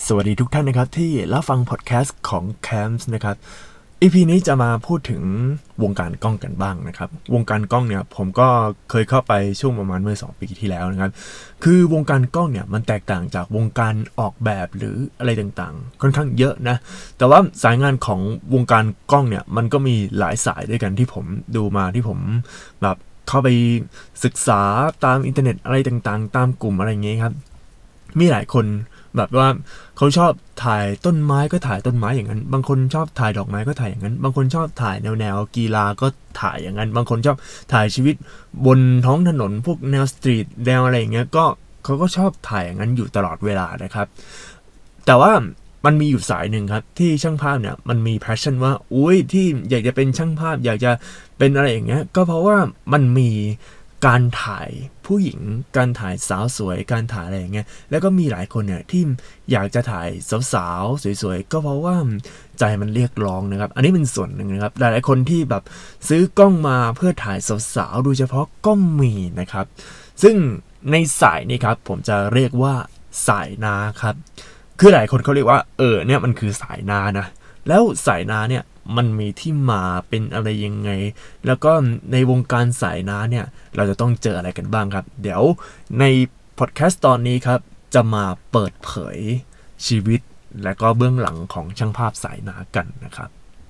สวัสดีทุกท่านนะครับที่รับฟังพอดแคสต์ของ Camps นะครับ EP นี้จะมาพูดถึงวงการกล้องกันบ้างนะครับวงการกล้องเนี่ยผมก็เคยเข้าไปช่วงประมาณเมื่อ2 ปีที่แล้วนะครับคือวงการกล้องเนี่ยมันแตกต่างจากวงการออกแบบหรืออะไรต่างๆค่อนข้างเยอะนะแต่ว่าสายงานของวงการกล้องเนี่ยมันก็มีหลายสายด้วยกันที่ผมดูมาที่ผมแบบเข้าไปศึกษาตามอินเทอร์เน็ตอะไรต่างๆตามกลุ่มอะไรอย่างเงี้ยครับมีหลายคนแบบว่าเขาชอบถ่ายต้นไม้ก็ถ่ายต้นไม้อย่างนั้นบางคนชอบถ่ายดอกไม้ก็ถ่ายอย่างนั้นบางคนชอบถ่ายแนวกีฬาก็ถ่ายอย่างนั้นบางคนชอบถ่ายชีวิตบนท้องถนนพวกแนวสตรีทแนวอะไรอย่างเงี้ยก็เขาก็ชอบถ่ายอย่างนั้นอยู่ตลอดเวลานะครับแต่ว่ามันมีอยู่สายหนึ่งครับที่ช่างภาพเนี่ยมันมี passion ว่าอุ้ยที่อยากจะเป็นช่างภาพอยากจะเป็นอะไรอย่างเงี้ยก็เพราะว่ามันมีการถ่ายผู้หญิงการถ่ายสาวสวยการถ่ายอะไรอย่างเงี้ยแล้วก็มีหลายคนเนี่ยที่อยากจะถ่ายสาวๆสวยๆก็เพราะว่าใจมันเรียกร้องนะครับอันนี้เป็นส่วนหนึ่งนะครับหลายๆคนที่แบบซื้อกล้องมาเพื่อถ่ายสาวๆโดยเฉพาะก็มีนะครับซึ่งในสายนี้ครับผมจะเรียกว่าสายนาครับคือหลายคนเขาเรียกว่าเนี่ยมันคือสายนานะแล้วสายนาเนี่ยมันมีที่มาเป็นอะไรยังไงแล้วก็ในวงการสายนาเนี่ยเราจะต้องเจออะไรกันบ้างครับเดี๋ยวในพอดแคสต์ตอนนี้ครับจะมาเปิดเผยชีวิตและก็เบื้องหลังของช่างภาพสายนากันนะครับ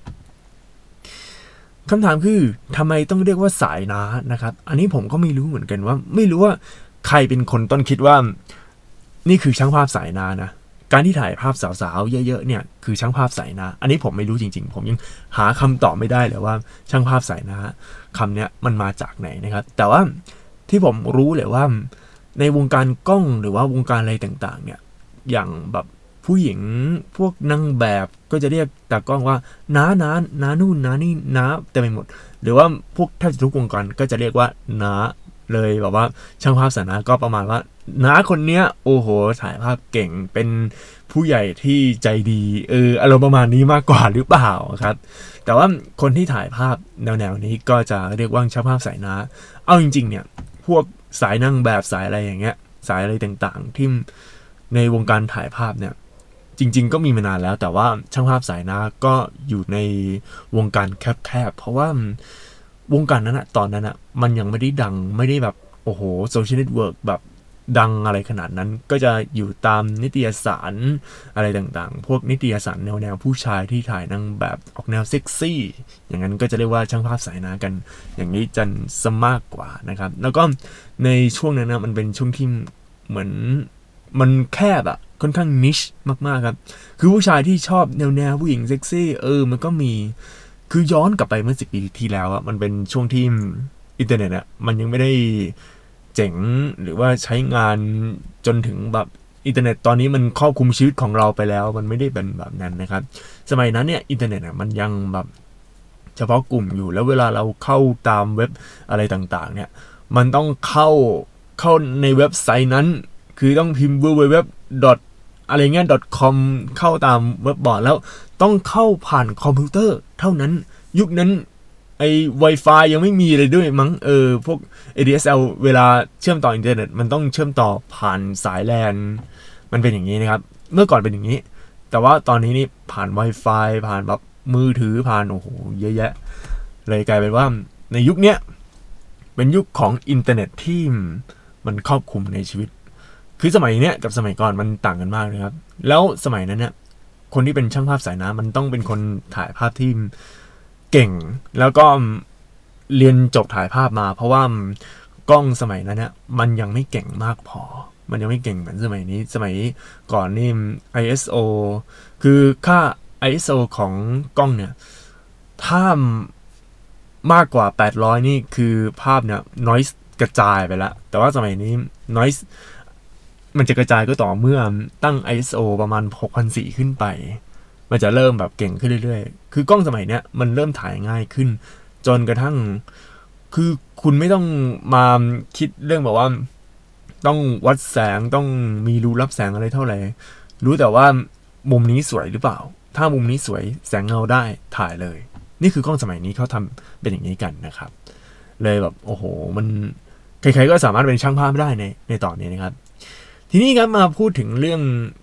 คำถามคือทำไมต้องเรียกว่าสายนานะครับอันนี้ผมก็ไม่รู้เหมือนกันว่าไม่รู้ว่าใครเป็นคนต้นคิดว่านี่คือช่างภาพสายนานะการที่ถ่ายภาพสาวๆเยอะๆเนี่ยคือช่างภาพสายนาอันนี้ผมไม่รู้จริงๆผมยังหาคำตอบไม่ได้เลยว่าช่างภาพสายนาคำเนี้ยมันมาจากไหนนะครับแต่ว่าที่ผมรู้เลยว่าในวงการกล้องหรือว่าวงการอะไรต่างๆเนี่ยอย่างแบบผู้หญิงพวกนางแบบก็จะเรียกตากล้องว่าน้านู่นน้านี่น้าเต็มไปหมดหรือว่าพวกแทบทุกวงการก็จะเรียกว่าน้าเลยแบบว่าช่างภาพสายนาก็ประมาณว่าน้าคนเนี้ยโอ้โหถ่ายภาพเก่งเป็นผู้ใหญ่ที่ใจดีอารมณ์ประมาณนี้มากกว่าหรือเปล่าครับแต่ว่าคนที่ถ่ายภาพแนวนี้ก็จะเรียกว่าช่างภาพสายนาเอาจริงๆเนี่ยพวกสายนางแบบสายอะไรอย่างเงี้ยสายอะไรต่างๆที่ในวงการถ่ายภาพเนี่ยจริงๆก็มีมานานแล้วแต่ว่าช่างภาพสายนาก็อยู่ในวงการแคบๆเพราะว่าวงการนั้นอะตอนนั้นอะมันยังไม่ได้ดังไม่ได้แบบโอ้โหโซเชียลเน็ตเวิร์กแบบดังอะไรขนาดนั้นก็จะอยู่ตามนิตยสารอะไรต่างๆพวกนิตยสารแนวผู้ชายที่ถ่ายนางแบบออกแนวเซ็กซี่อย่างนั้นก็จะเรียกว่าช่างภาพสายนากันอย่างนี้จะซะมากกว่านะครับแล้วก็ในช่วงนั้นนะมันเป็นช่วงที่เหมือนมันแคบอะค่อนข้างนิชมากๆครับคือผู้ชายที่ชอบแนวผู้หญิงเซ็กซี่มันก็มีคือย้อนกลับไปเมื่อ10 ปีที่แล้วอะมันเป็นช่วงที่อินเทอร์เน็ตอะมันยังไม่ได้เจ๋งหรือว่าใช้งานจนถึงแบบอินเทอร์เน็ตตอนนี้มันครอบคลุมชีวิตของเราไปแล้วมันไม่ได้เป็นแบบนั้นนะครับสมัยนั้นเนี่ยอินเทอร์เน็ตอะมันยังแบบเฉพาะกลุ่มอยู่แล้วเวลาเราเข้าตามเว็บอะไรต่างๆเนี่ยมันต้องเข้าในเว็บไซต์นั้นคือต้องพิมพ์ www. อะไรเงี้ย .com เข้าตามเว็บบอร์ดแล้วต้องเข้าผ่านคอมพิวเตอร์เท่านั้นยุคนั้นไอ้ Wi-Fi ยังไม่มีเลยด้วยมั้งพวก ADSL เวลาเชื่อมต่ออินเทอร์เน็ตมันต้องเชื่อมต่อผ่านสายแลนมันเป็นอย่างนี้นะครับเมื่อก่อนเป็นอย่างนี้แต่ว่าตอนนี้นี่ผ่าน Wi-Fi ผ่านแบบมือถือผ่านโอ้โหเยอะแยะเลยกลายเป็นว่าในยุคเนี้ยเป็นยุคของอินเทอร์เน็ตที่มันครอบคลุมในชีวิตคือสมัยเนี้ยกับสมัยก่อนมันต่างกันมากเลยครับแล้วสมัยนั้นเนี่ยคนที่เป็นช่างภาพสายน้ำมันต้องเป็นคนถ่ายภาพที่เก่งแล้วก็เรียนจบถ่ายภาพมาเพราะว่ากล้องสมัยนั้นเนี่ยมันยังไม่เก่งมากพอมันยังไม่เก่งเหมือนสมัยนี้สมัยก่อนนี่ ISO คือค่า ISO ของกล้องเนี่ยถ้ามากกว่า800นี่คือภาพเนี่ย noise กระจายไปแล้วแต่ว่าสมัยนี้ noise มันจะกระจายก็ต่อเมื่อตั้ง ISO ประมาณ 6,400 ขึ้นไปมันจะเริ่มแบบเก่งขึ้นเรื่อยๆคือกล้องสมัยเนี้ยมันเริ่มถ่ายง่ายขึ้นจนกระทั่งคือคุณไม่ต้องมาคิดเรื่องแบบว่าต้องวัดแสงต้องมีรูรับแสงอะไรเท่าไหร่รู้แต่ว่ามุมนี้สวยหรือเปล่าถ้ามุมนี้สวยแสงเงาได้ถ่ายเลยนี่คือกล้องสมัยนี้เขาทำเป็นอย่างนี้กันนะครับเลยแบบโอ้โหมันใครๆก็สามารถเป็นช่างภาพได้ในตอนนี้นะครับทีนี้ครับมาพูดถึงเรื่อง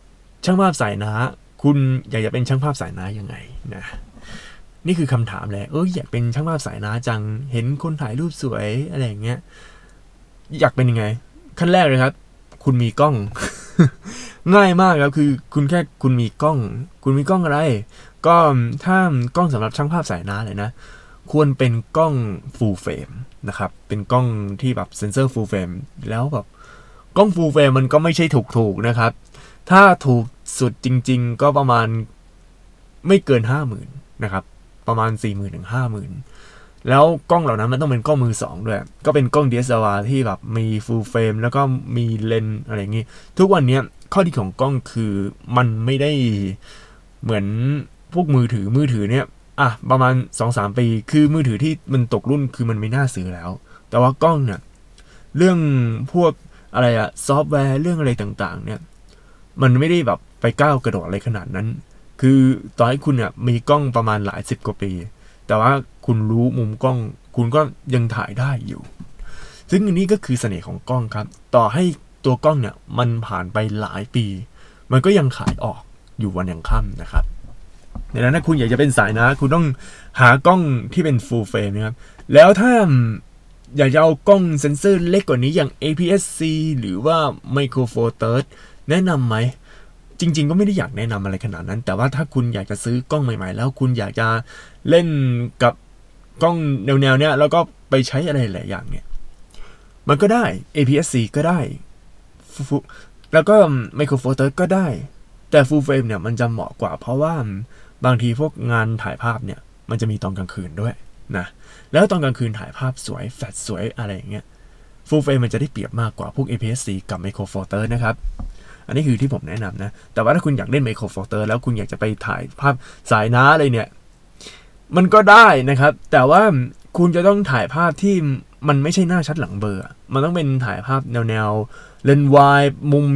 ช่างภาพสายน้าคุณอยากจะเป็นช่างภาพสายน้ายังไงนะนี่คือคำถามเลยอยากเป็นช่างภาพสายน้าจังเห็นคนถ่ายรูปสวยอะไรอย่างเงี้ยอยากเป็นยังไงขั้นแรกเลยครับคุณมีกล้อง ง่ายมากครับคือคุณมีกล้องอะไรก็ถ้ากล้องสำหรับช่างภาพสายน้าเลยนะควรเป็นกล้อง full frame นะครับเป็นกล้องที่แบบเซนเซอร์ full frame แล้วแบบกล้อง full frame มันก็ไม่ใช่ถูกนะครับถ้าถูกสุดจริงๆก็ประมาณไม่เกิน 50,000 นะครับประมาณ 40,000 ถึง 50,000 แล้วกล้องเหล่านั้นมันต้องเป็นกล้องมือสองด้วยก็เป็นกล้อง DSLR ที่แบบมี full frame แล้วก็มีเลนส์อะไรอย่างงี้ทุกวันนี้ข้อดีของกล้องคือมันไม่ได้เหมือนพวกมือถือเนี่ยประมาณ 2-3 ปีคือมือถือที่มันตกรุ่นคือมันไม่น่าซื้อแล้วแต่ว่ากล้องเนี่ยเรื่องพวกอะไรซอฟต์แวร์เรื่องอะไรต่างๆเนี่ยมันไม่ได้แบบไปก้าวกระโดดอะไรขนาดนั้นคือต่อให้คุณเนี่ยมีกล้องประมาณหลาย10 กว่าปีแต่ว่าคุณรู้มุมกล้องคุณก็ยังถ่ายได้อยู่ซึ่งอันนี้ก็คือเสน่ห์ของกล้องครับต่อให้ตัวกล้องเนี่ยมันผ่านไปหลายปีมันก็ยังขายออกอยู่วันยังค่ำนะครับดังนั้นถ้าคุณอยากจะเป็นสายนะคุณต้องหากล้องที่เป็น full frame นะครับแล้วถ้าอยากจะเอากล้องเซ็นเซอร์เล็กกว่านี้อย่าง APS-C หรือว่า Micro Four Thirds แนะนำไหมจริงๆก็ไม่ได้อยากแนะนำอะไรขนาดนั้นแต่ว่าถ้าคุณอยากจะซื้อกล้องใหม่ๆแล้วคุณอยากจะเล่นกับกล้องแนวเนี้ยแล้วก็ไปใช้อะไรหลายอย่างเนี่ยมันก็ได้ APS-C ก็ได้แล้วก็ Micro Four Thirds ก็ได้แต่ Full Frame เนี่ยมันจะเหมาะกว่าเพราะว่าบางทีพวกงานถ่ายภาพเนี่ยมันจะมีตอนกลางคืนด้วยนะแล้วตอนกลางคืนถ่ายภาพสวยแฟลชสวยอะไรอย่างเงี้ย Full Frame มันจะได้เปรียบมากกว่าพวก APS-C กับ Micro Four Thirds นะครับอันนี้คือที่ผมแนะนำนะแต่ว่าถ้าคุณอยากเล่น Micro Four Thirds แล้วคุณอยากจะไปถ่ายภาพสายน้าเลยเนี่ยมันก็ได้นะครับแต่ว่าคุณจะต้องถ่ายภาพที่มันไม่ใช่หน้าชัดหลังเบอร์มันต้องเป็นถ่ายภาพแนวเลนส์วายมุม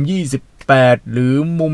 28หรือมุม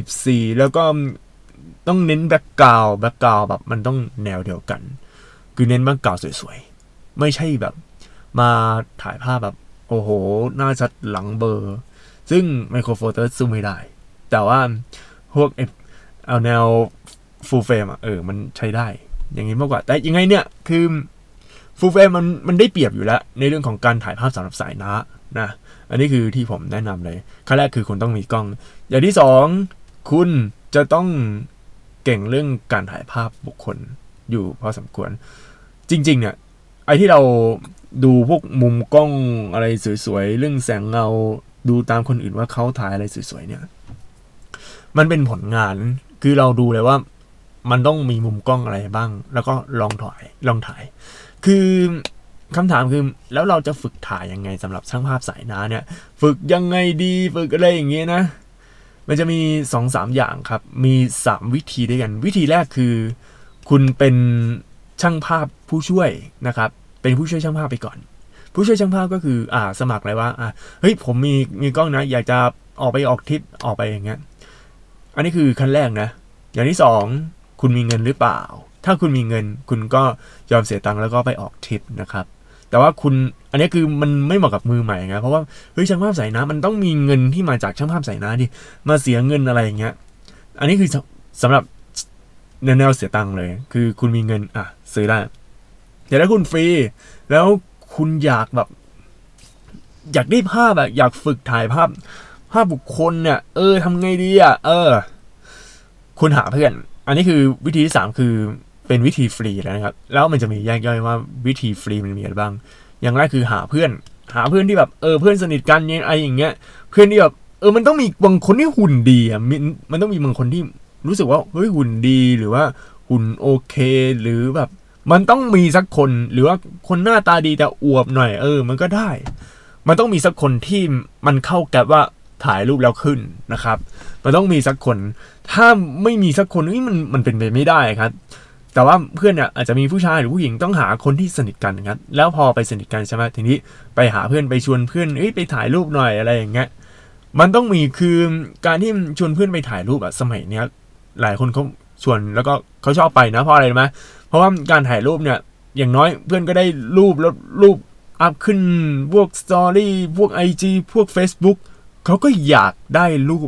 24แล้วก็ต้องเน้นแบ็คกราวด์แบบมันต้องแนวเดียวกันคือเน้นแบ็คกราวด์สวยๆไม่ใช่แบบมาถ่ายภาพแบบโอ้โหหน้าชัดหลังเบอร์ซึ่ง Micro Four Thirds สู้ไม่ได้แต่ว่าพวกเอาแนว Full Frame มันใช้ได้อย่างนี้มากกว่าแต่ยังไงเนี่ยคือ Full Frame มันได้เปรียบอยู่แล้วในเรื่องของการถ่ายภาพสำหรับสายน้านะอันนี้คือที่ผมแนะนำเลยขั้นแรกคือคุณต้องมีกล้องอย่างที่สองคุณจะต้องเก่งเรื่องการถ่ายภาพบุคคลอยู่พอสมควรจริงๆเนี่ยไอ้ที่เราดูพวกมุมกล้องอะไรสวยๆเรื่องแสงเงาดูตามคนอื่นว่าเขาถ่ายอะไรสวยๆเนี่ยมันเป็นผลงานคือเราดูเลยว่ามันต้องมีมุมกล้องอะไรบ้างแล้วก็ลองถ่ายคือคำถามคือแล้วเราจะฝึกถ่ายยังไงสำหรับช่างภาพสายน้าเนี่ยฝึกยังไงดีฝึกอะไรอย่างเงี้ยนะมันจะมี 2-3 อย่างครับมี3วิธีด้วยกันวิธีแรกคือคุณเป็นช่างภาพผู้ช่วยนะครับเป็นผู้ช่วยช่างภาพไปก่อนผู้ช่วยช่างภาพก็คือสมัครเลยว่าเฮ้ยผมมีกล้องนะอยากจะออกทริปออกไปอย่างเงี้ยอันนี้คือขั้นแรกนะอย่างที่2คุณมีเงินหรือเปล่าถ้าคุณมีเงินคุณก็ยอมเสียตังค์แล้วก็ไปออกทริปนะครับแต่ว่าคุณอันนี้คือมันไม่เหมาะกับมือใหม่ไงเพราะว่าเฮ้ยช่างภาพสายน้ามันต้องมีเงินที่มาจากช่างภาพสายน้าดิมาเสียเงินอะไรอย่างเงี้ยอันนี้คือสำหรับแนวเสียตังค์เลยคือคุณมีเงินซื้อได้แต่ถ้าคุณฟรีแล้วคุณอยากแบบอยากได้ภาพอยากฝึกถ่ายภาพบุคคลเนี่ยทำไงดีคุณหาเพื่อนอันนี้คือวิธีที่3คือเป็นวิธีฟรีแล้วนะครับแล้วมันจะมีแยกย่อยว่าวิธีฟรีมันมีอะไรบ้างอย่างแรกคือหาเพื่อนที่แบบเพื่อนสนิทกันอย่างเงี้ยเพื่อนที่แบบมันต้องมีบางคนที่หุ่นดีมันต้องมีบางคนที่รู้สึกว่าเฮ้ยหุ่นดีหรือว่าหุ่นโอเคหรือแบบมันต้องมีสักคนหรือว่าคนหน้าตาดีแต่อวบหน่อยมันก็ได้มันต้องมีสักคนที่มันเข้ากับว่าถ่ายรูปแล้วขึ้นนะครับมันต้องมีสักคนถ้าไม่มีสักคนมันเป็นไปไม่ได้ครับแต่ว่าเพื่อนเนี่ยอาจจะมีผู้ชายหรือผู้หญิงต้องหาคนที่สนิทกันนะครับแล้วพอไปสนิทกันใช่ไหมทีนี้ไปหาเพื่อนไปชวนเพื่อนไปถ่ายรูปหน่อยอะไรอย่างเงี้ยมันต้องมีคือการที่ชวนเพื่อนไปถ่ายรูปสมัยเนี้ยหลายคนเขาชวนแล้วก็เขาชอบไปนะเพราะอะไรรู้ไหมเพราะว่าการถ่ายรูปเนี่ยอย่างน้อยเพื่อนก็ได้รูปแล้วรูปอัพขึ้นพวกสตอรี่พวก IG พวก Facebook เขาก็อยากได้รูป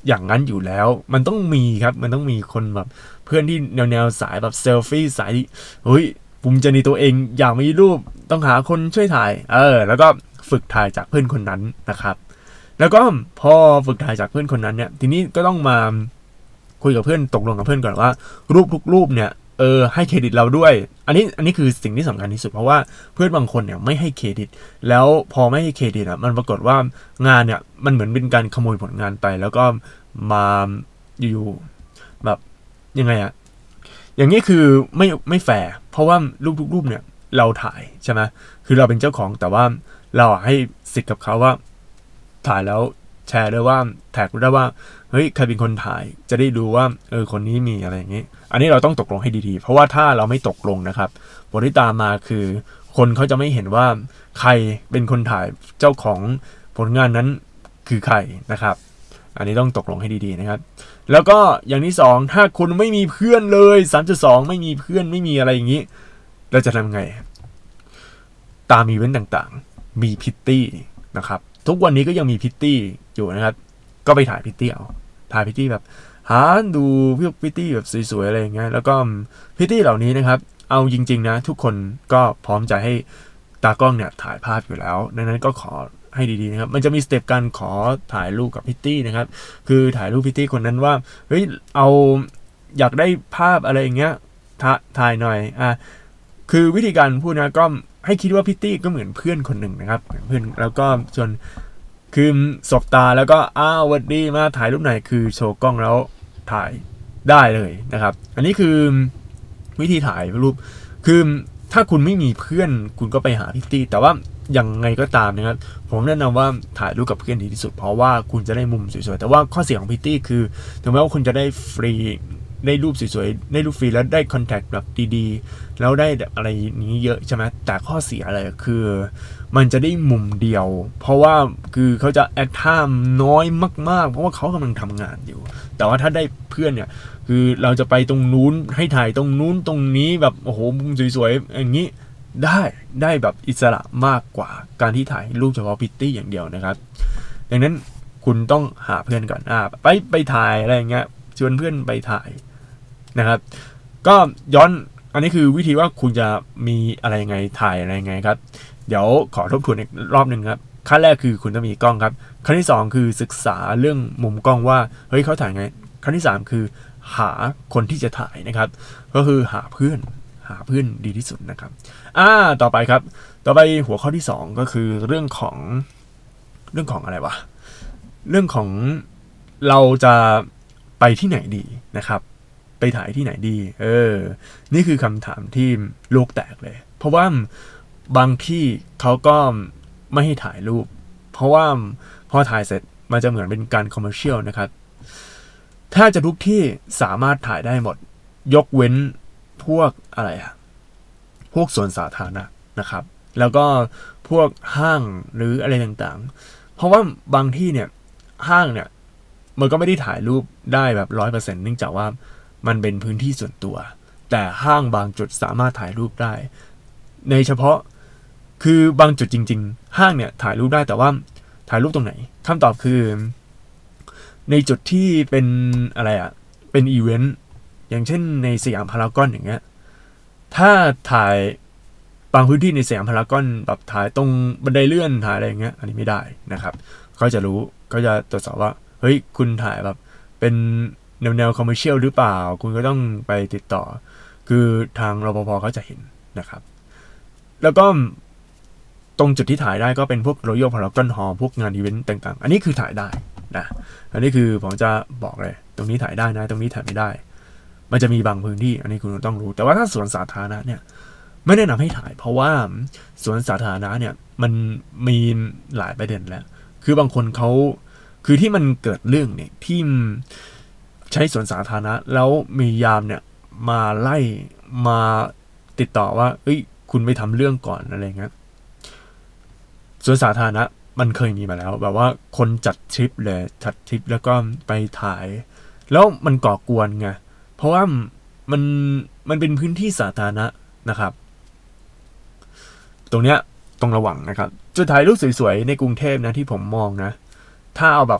อย่างนั้นอยู่แล้วมันต้องมีครับมันต้องมีคนแบบเพื่อนที่แนวสายแบบเซลฟี่สายที่เฮ้ยภูมิใจในตัวเองอยากมีรูปต้องหาคนช่วยถ่ายแล้วก็ฝึกถ่ายจากเพื่อนคนนั้นนะครับแล้วก็พอฝึกถ่ายจากเพื่อนคนนั้นเนี่ยทีนี้ก็ต้องมาคุยกับเพื่อนตกลงกับเพื่อนก่อนว่ารูปทุกรูปเนี่ยให้เครดิตเราด้วยอันนี้คือสิ่งที่สำคัญที่สุดเพราะว่าเพื่อนบางคนเนี่ยไม่ให้เครดิตแล้วพอไม่ให้เครดิตมันปรากฏว่างานเนี่ยมันเหมือนเป็นการขโมยผลงานไปแล้วก็มาอยู่แบบยังไงอะอย่างนี้คือไม่แฟร์เพราะว่ารูปทุกรูปเนี่ยเราถ่ายใช่ไหมคือเราเป็นเจ้าของแต่ว่าเราให้สิทธิ์กับเขาว่าถ่ายแล้วแชร์ด้วยว่าแท็กได้ว่าเฮ้ยใครเป็นคนถ่ายจะได้ดูว่าคนนี้มีอะไรอย่างนี้อันนี้เราต้องตกลงให้ดีๆเพราะว่าถ้าเราไม่ตกลงนะครับผลที่ตามมาคือคนเขาจะไม่เห็นว่าใครเป็นคนถ่ายเจ้าของผลงานนั้นคือใครนะครับอันนี้ต้องตกลงให้ดีๆนะครับแล้วก็อย่างที่2ถ้าคุณไม่มีเพื่อนเลย 3.2 ไม่มีเพื่อนไม่มีอะไรอย่างนี้เราจะทำไงตามอีเวนต์ต่างๆมีพิตตี้นะครับทุกวันนี้ก็ยังมีพิตตี้อยู่นะครับก็ไปถ่ายพิตตี้เอาถ่ายพิตตี้แบบหาดูพวกพิตตี้แบบสวยๆอะไรอย่างเงี้ยแล้วก็พิตตี้เหล่านี้นะครับเอาจริงๆนะทุกคนก็พร้อมจะให้ตากล้องเนี่ยถ่ายภาพอยู่แล้วดังนั้นก็ขอให้ดีๆนะครับมันจะมีสเต็ปการขอถ่ายรูปกับพิตตี้นะครับคือถ่ายรูปพิตตี้คนนั้นว่าเฮ้ยเอาอยากได้ภาพอะไรอย่างเงี้ยถ่ายหน่อยคือวิธีการพูดนะก็ให้คิดว่าพิตตี้ก็เหมือนเพื่อนคนหนึ่งนะครับเพื่อนแล้วก็จนคือสบตาแล้วก็วัดดีมาถ่ายรูปไหนคือโชว์กล้องแล้วถ่ายได้เลยนะครับอันนี้คือวิธีถ่ายรูปคือถ้าคุณไม่มีเพื่อนคุณก็ไปหาพิตตี้แต่ว่ายังไงก็ตามนะครับผมแนะนำว่าถ่ายรูปกับเพื่อนดีที่สุดเพราะว่าคุณจะได้มุมสวยๆแต่ว่าข้อเสียของพิตตี้คือถึงแม้ว่าคุณจะได้ฟรีได้รูปสวยๆได้รูปฟรีแล้วได้คอนแทคแบบดีๆแล้วได้อะไรนี้เยอะใช่ไหมแต่ข้อเสียอะไรคือมันจะได้มุมเดียวเพราะว่าคือเขาจะแอคไทม์น้อยมากๆเพราะว่าเขากำลังทำงานอยู่แต่ว่าถ้าได้เพื่อนเนี่ยคือเราจะไปตรงนู้นให้ถ่ายตรงนู้นตรงนี้แบบโอ้โหมุมสวยๆอย่างนี้ได้แบบอิสระมากกว่าการที่ถ่ายรูปเฉพาะพิตตี้อย่างเดียวนะครับดังนั้นคุณต้องหาเพื่อนก่อนไปถ่ายอะไรอย่างเงี้ยชวนเพื่อนไปถ่ายนะครับก็ย้อนอันนี้คือวิธีว่าคุณจะมีอะไรยังไงถ่ายอะไรยังไงครับเดี๋ยวขอทบทวนอีกรอบหนึ่งครับขั้นแรกคือคุณต้องมีกล้องครับขั้นที่2คือศึกษาเรื่องมุมกล้องว่าเฮ้ยเขาถ่ายไงขั้นที่3คือหาคนที่จะถ่ายนะครับก็คือหาเพื่อนดีที่สุดนะครับต่อไปครับต่อไปหัวข้อที่2ก็คือเรื่องของอะไรวะเรื่องของเราจะไปที่ไหนดีนะครับไปถ่ายที่ไหนดีนี่คือคำถามที่โลกแตกเลยเพราะว่าบางที่เขาก็ไม่ให้ถ่ายรูปเพราะว่าพอถ่ายเสร็จมันจะเหมือนเป็นการคอมเมอร์เชียลนะครับถ้าจะทุกที่สามารถถ่ายได้หมดยกเว้นพวกอะไรพวกสวนสาธารณะนะครับแล้วก็พวกห้างหรืออะไรต่างๆเพราะว่าบางที่เนี่ยห้างเนี่ยมันก็ไม่ได้ถ่ายรูปได้แบบ 100% เนื่องจากว่ามันเป็นพื้นที่ส่วนตัวแต่ห้างบางจุดสามารถถ่ายรูปได้ในเฉพาะคือบางจุดจริงๆห้างเนี่ยถ่ายรูปได้แต่ว่าถ่ายรูปตรงไหนคำตอบคือในจุดที่เป็นอะไรเป็นอีเวนต์อย่างเช่นในสยามพารากอนอย่างเงี้ยถ้าถ่ายบางพื้นที่ในสยามพารากอนแบบถ่ายตรงบันไดเลื่อนถ่ายอะไรอย่างเงี้ยอันนี้ไม่ได้นะครับก็จะรู้ก็จะตรวจสอบว่าเฮ้ยคุณถ่ายแบบเป็นแนวคอมเมอร์เชียลหรือเปล่าคุณก็ต้องไปติดต่อคือทางรปภเขาจะเห็นนะครับแล้วก็ตรงจุดที่ถ่ายได้ก็เป็นพวก Royal Paragon Hall พวกงานอีเวนต์ต่างๆอันนี้คือถ่ายได้นะอันนี้คือผมจะบอกเลยตรงนี้ถ่ายได้นะตรงนี้ถ่ายไม่ได้มันจะมีบางพื้นที่อันนี้คุณต้องรู้แต่ว่าถ้าสวนสาธารณะเนี่ยไม่แนะนำให้ถ่ายเพราะว่าสวนสาธารณะเนี่ยมันมีหลายประเด็นแล้วคือบางคนเขาคือที่มันเกิดเรื่องเนี่ยที่ใช้สวนสาธารณะแล้วมียามเนี่ยมาไล่มาติดต่อว่าเอ้ยคุณไปทำเรื่องก่อนอะไรเงี้ยสวนสาธารณะมันเคยมีมาแล้วแบบว่าคนจัดทริปแล้วก็ไปถ่ายแล้วมันก่อกวนไงเพราะว่ามันเป็นพื้นที่สาธารณะนะครับตรงเนี้ยต้องระวังนะครับจุดถ่ายรูปสวยๆในกรุงเทพนะที่ผมมองนะถ้าเอาแบบ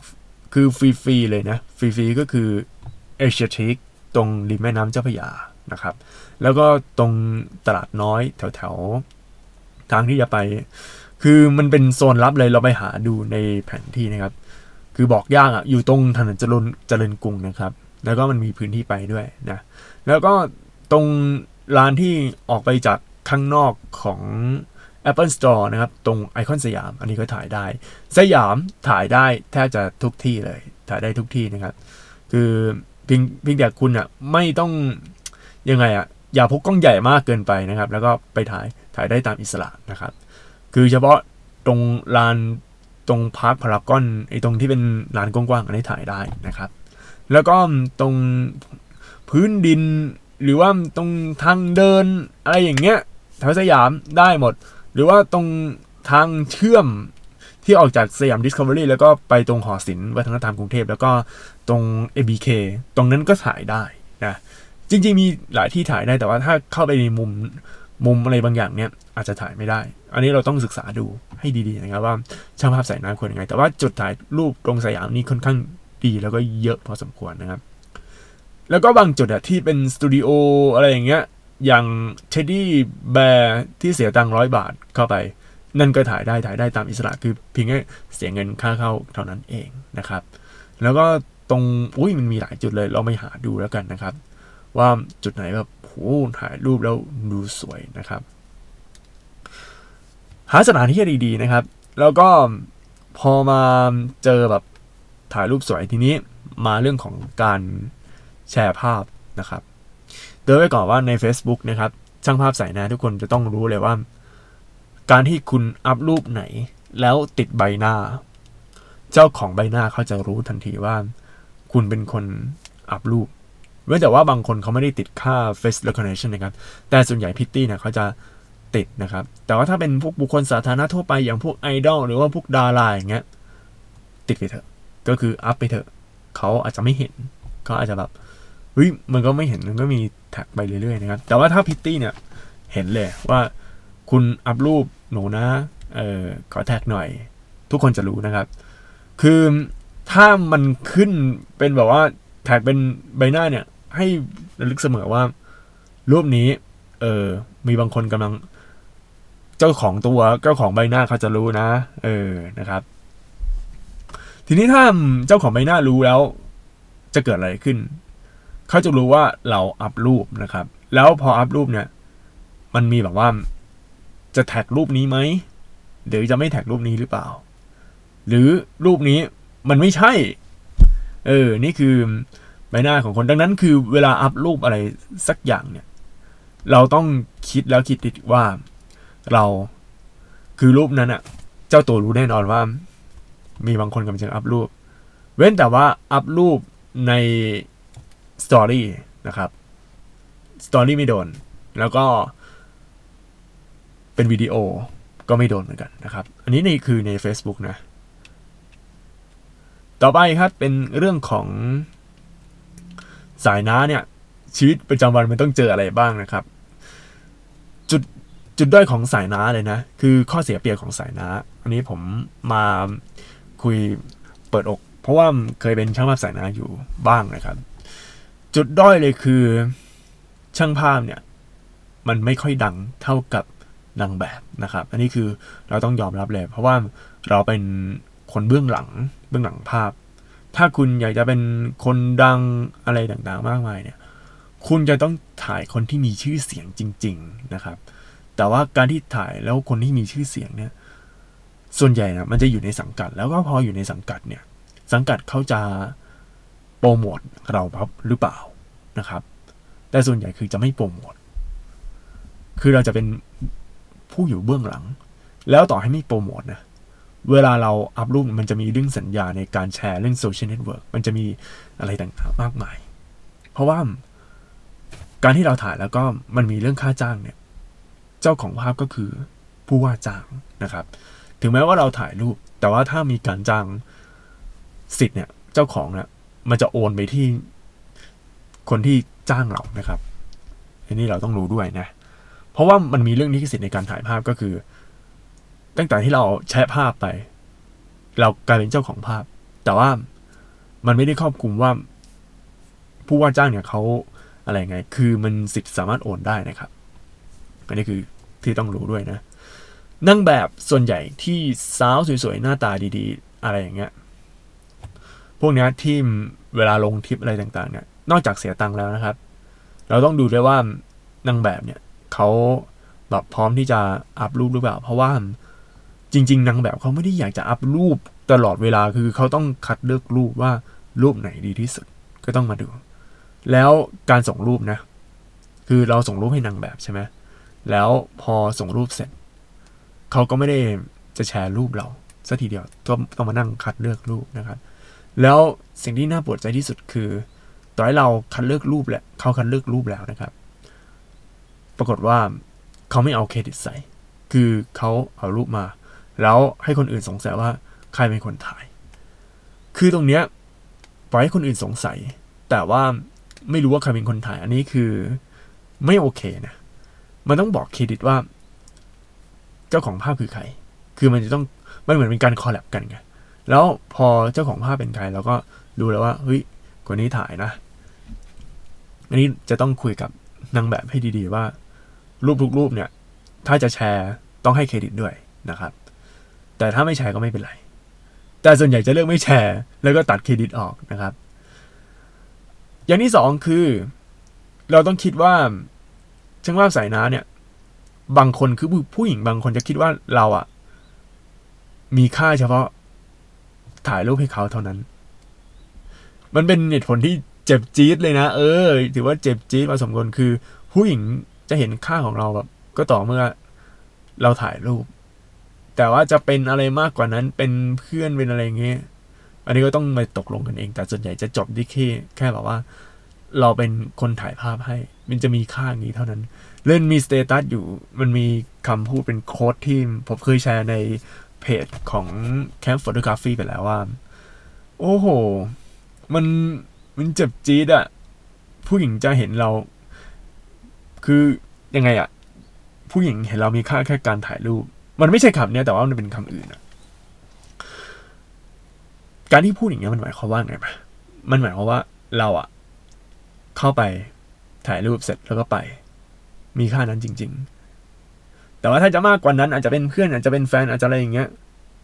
คือฟรีๆเลยนะฟรีๆก็คือเอเชียทีคตรงริมแม่น้ำเจ้าพระยานะครับแล้วก็ตรงตลาดน้อยแถวๆทางที่จะไปคือมันเป็นโซนลับเลยเราไปหาดูในแผนที่นะครับคือบอกยากอ่ะอยู่ตรงถนนเจริญกรุงนะครับแล้วก็มันมีพื้นที่ไปด้วยนะแล้วก็ตรงร้านที่ออกไปจากข้างนอกของ Apple Store นะครับตรงไอคอนสยามอันนี้ก็ถ่ายได้สยามถ่ายได้แทบจะทุกที่เลยถ่ายได้ทุกที่นะครับคือเพียงแต่คุณอ่ะไม่ต้องยังไงอ่ะอย่าพกกล้องใหญ่มากเกินไปนะครับแล้วก็ไปถ่ายได้ตามอิสระนะครับคือเฉพาะตรงลานตรงพาร์คพารากอนไอ้ตรงที่เป็นลานกว้างๆอันนี้ถ่ายได้นะครับแล้วก็ตรงพื้นดินหรือว่าตรงทางเดินอะไรอย่างเงี้ยแถวสยามได้หมดหรือว่าตรงทางเชื่อมที่ออกจากสยามดิสคัฟเวอรี่แล้วก็ไปตรงหอศิลป์วัฒนธรรมกรุงเทพแล้วก็ตรง ABK ตรงนั้นก็ถ่ายได้นะจริงๆมีหลายที่ถ่ายได้แต่ว่าถ้าเข้าไปในมุมอะไรบางอย่างเนี้ยอาจจะถ่ายไม่ได้อันนี้เราต้องศึกษาดูให้ดีๆนะครับว่าช่างภาพสายน้ำควรยังไงแต่ว่าจุดถ่ายรูปตรงสยามนี่ค่อนข้างดีแล้วก็เยอะพอสมควรนะครับแล้วก็บางจุดอะที่เป็นสตูดิโออะไรอย่างเงี้ยอย่างเทดดี้แบร์ที่เสียตังค์100 บาทเข้าไปนั่นก็ถ่ายได้ตามอิสระคือเพียงแค่เสียเงินค่าเข้าเท่านั้นเองนะครับแล้วก็ตรงมันมีหลายจุดเลยเราไปหาดูแล้วกันนะครับว่าจุดไหนแบบถ่ายรูปแล้วดูสวยนะครับหาสถานที่ดีๆนะครับแล้วก็พอมาเจอแบบถ่ายรูปสวยทีนี้มาเรื่องของการแชร์ภาพนะครับเดินไว้ก่อนว่าใน Facebook นะครับช่างภาพสายหน้าทุกคนจะต้องรู้เลยว่าการที่คุณอัพรูปไหนแล้วติดใบหน้าเจ้าของใบหน้าเขาจะรู้ทันทีว่าคุณเป็นคนอัพรูปเว้นแต่ว่าบางคนเขาไม่ได้ติดค่า face recognition นะครับแต่ส่วนใหญ่พิตตี้เนี่ยเขาจะติดนะครับแต่ว่าถ้าเป็นพวกบุคคลสาธารณะทั่วไปอย่างพวกไอดอลหรือว่าพวกดาราอย่างเงี้ยติดไปเถอะก็คืออัพไปเถอะเขาอาจจะไม่เห็นเขาอาจจะแบบมันก็ไม่เห็นมันก็มีแท็กไปเรื่อยๆนะครับแต่ว่าถ้าพิตตี้เนี่ยเห็นเลยว่าคุณอัพรูปหนูนะขอแท็กหน่อยทุกคนจะรู้นะครับคือถ้ามันขึ้นเป็นแบบว่าแท็กเป็นใบหน้าเนี่ยให้ระลึกเสมอว่ารูปนี้มีบางคนกำลังเจ้าของใบหน้าเขาจะรู้นะนะครับทีนี้ถ้าเจ้าของใบหน้ารู้แล้วจะเกิดอะไรขึ้นเขาจะรู้ว่าเราอัพรูปนะครับแล้วพออัพรูปเนี่ยมันมีแบบว่าจะแท็กรูปนี้ไหมหรือจะไม่แท็กรูปนี้หรือเปล่าหรือรูปนี้มันไม่ใช่นี่คือใบหน้าของคนดังนั้นคือเวลาอัพรูปอะไรสักอย่างเนี่ยเราต้องคิดแล้วคิดอีกว่าเราคือรูปนั้นอะเจ้าตัวรู้แน่นอนว่ามีบางคนกำลังจะอัพรูปเว้นแต่ว่าอัพรูปในสตอรี่นะครับสตอรี่ไม่โดนแล้วก็เป็นวิดีโอก็ไม่โดนเหมือนกันนะครับอันนี้นี่คือใน Facebook นะต่อไปครับเป็นเรื่องของสายน้าเนี่ยชีวิตประจำวันมันต้องเจออะไรบ้างนะครับจุดด้อยของสายน้าเลยนะคือข้อเสียเปรียบของสายน้าอันนี้ผมมาคุยเปิดอกเพราะว่าเคยเป็นช่างภาพสายน้าอยู่บ้างนะครับจุดด้อยเลยคือช่างภาพเนี่ยมันไม่ค่อยดังเท่ากับนางแบบนะครับอันนี้คือเราต้องยอมรับเลยเพราะว่าเราเป็นคนเบื้องหลังภาพถ้าคุณอยากจะเป็นคนดังอะไรต่างๆมากมายเนี่ยคุณจะต้องถ่ายคนที่มีชื่อเสียงจริงๆนะครับแต่ว่าการที่ถ่ายแล้วคนที่มีชื่อเสียงเนี่ยส่วนใหญ่นะมันจะอยู่ในสังกัดแล้วก็พออยู่ในสังกัดเนี่ยสังกัดเขาจะโปรโมทเราหรือเปล่านะครับแต่ส่วนใหญ่คือจะไม่โปรโมทคือเราจะเป็นผู้อยู่เบื้องหลังแล้วต่อให้ไม่โปรโมทนะเวลาเราอัพรูปมันจะมีเรื่องสัญญาในการแชร์เรื่องโซเชียลเน็ตเวิร์กมันจะมีอะไรต่างๆมากมายเพราะว่าการที่เราถ่ายแล้วก็มันมีเรื่องค่าจ้างเนี่ยเจ้าของภาพก็คือผู้ว่าจ้างนะครับถึงแม้ว่าเราถ่ายรูปแต่ว่าถ้ามีการจ้างสิทธิ์เนี่ยเจ้าของเนี่ยมันจะโอนไปที่คนที่จ้างเรานะครับอันนี้เราต้องรู้ด้วยนะเพราะว่ามันมีเรื่องลิขสิทธิ์ในการถ่ายภาพก็คือตั้งแต่ที่เราแชะภาพไปเรากลายเป็นเจ้าของภาพแต่ว่ามันไม่ได้ครอบคลุมว่าผู้ว่าจ้างเนี่ยเขาอะไรไงคือมันสิทธิ์สามารถโอนได้นะครับอันนี้คือที่ต้องรู้ด้วยนะนางแบบส่วนใหญ่ที่สาวสวยๆหน้าตาดีๆอะไรอย่างเงี้ยพวกนี้ที่เวลาลงทริปอะไรต่างๆเนี่ยนอกจากเสียตังค์แล้วนะครับเราต้องดูด้วยว่านางแบบเนี่ยเขาแบบพร้อมที่จะอัพรูปหรือเปล่าเพราะว่าจริงๆนางแบบเขาไม่ได้อยากจะอัพรูปตลอดเวลาคือเขาต้องคัดเลือกรูปว่ารูปไหนดีที่สุดก็ต้องมาดูแล้วการส่งรูปนะคือเราส่งรูปให้นางแบบใช่ไหมแล้วพอส่งรูปเสร็จเขาก็ไม่ได้จะแชร์รูปเราสักทีเดียวต้องมานั่งคัดเลือกรูปนะครับแล้วสิ่งที่น่าปวดใจที่สุดคือต่อให้เราคัดเลือกรูปแหละเขาคัดเลือกรูปแล้วนะครับปรากฏว่าเขาไม่เอาเครดิตใส่คือเขาเอารูปมาแล้วให้คนอื่นสงสัยว่าใครเป็นคนถ่ายคือตรงเนี้ยปล่อยให้คนอื่นสงสัยแต่ว่าไม่รู้ว่าใครเป็นคนถ่ายอันนี้คือไม่โอเคนะมันต้องบอกเครดิตว่าเจ้าของภาพคือใครคือมันเหมือนเป็นการคอลแลบกันไงแล้วพอเจ้าของภาพเป็นใครเราก็รู้แล้วว่าเฮ้ยคนนี้ถ่ายนะอันนี้จะต้องคุยกับนางแบบให้ดีๆว่ารูปทุกรูปเนี่ยถ้าจะแชร์ต้องให้เครดิตด้วยนะครับแต่ถ้าไม่แชร์ก็ไม่เป็นไรแต่ส่วนใหญ่จะเลือกไม่แชร์แล้วก็ตัดเครดิตออกนะครับอย่างที่สองคือเราต้องคิดว่าช่างภาพสายน้าเนี่ยบางคนคือผู้หญิงบางคนจะคิดว่าเราอ่ะมีค่าเฉพาะถ่ายรูปให้เขาเท่านั้นมันเป็นเหตุผลที่เจ็บจี๊ดเลยนะถือว่าเจ็บจี๊ดพอสมควรคือผู้หญิงจะเห็นค่าของเราแบบก็ต่อเมื่อเราถ่ายรูปแต่ว่าจะเป็นอะไรมากกว่านั้นเป็นเพื่อนเป็นอะไรเงี้ยอันนี้ก็ต้องไปตกลงกันเองแต่ส่วนใหญ่จะจบที่แค่แบบว่าเราเป็นคนถ่ายภาพให้มันจะมีค่าอย่างนี้เท่านั้นเล่นมีสเตตัสอยู่มันมีคำพูดเป็นโค้ดที่ผมเคยแชร์ในเพจของแคมป์ฟอโตกราฟีไปแล้วว่าโอ้โหมันเจ็บจี๊ดอะผู้หญิงจะเห็นเราคือยังไงอะผู้หญิงเห็นเรามีค่าแค่การถ่ายรูปมันไม่ใช่คำเนี้ยแต่ว่ามันเป็นคำอื่นอะการที่พูดอย่างเงี้ยมันหมายความว่าไงปะมันหมายความว่าเราอะเข้าไปถ่ายรูปเสร็จแล้วก็ไปมีค่านั้นจริงๆแต่ว่าถ้าจะมากกว่านั้นอาจจะเป็นเพื่อนอาจจะเป็นแฟนอาจจะอะไรอย่างเงี้ย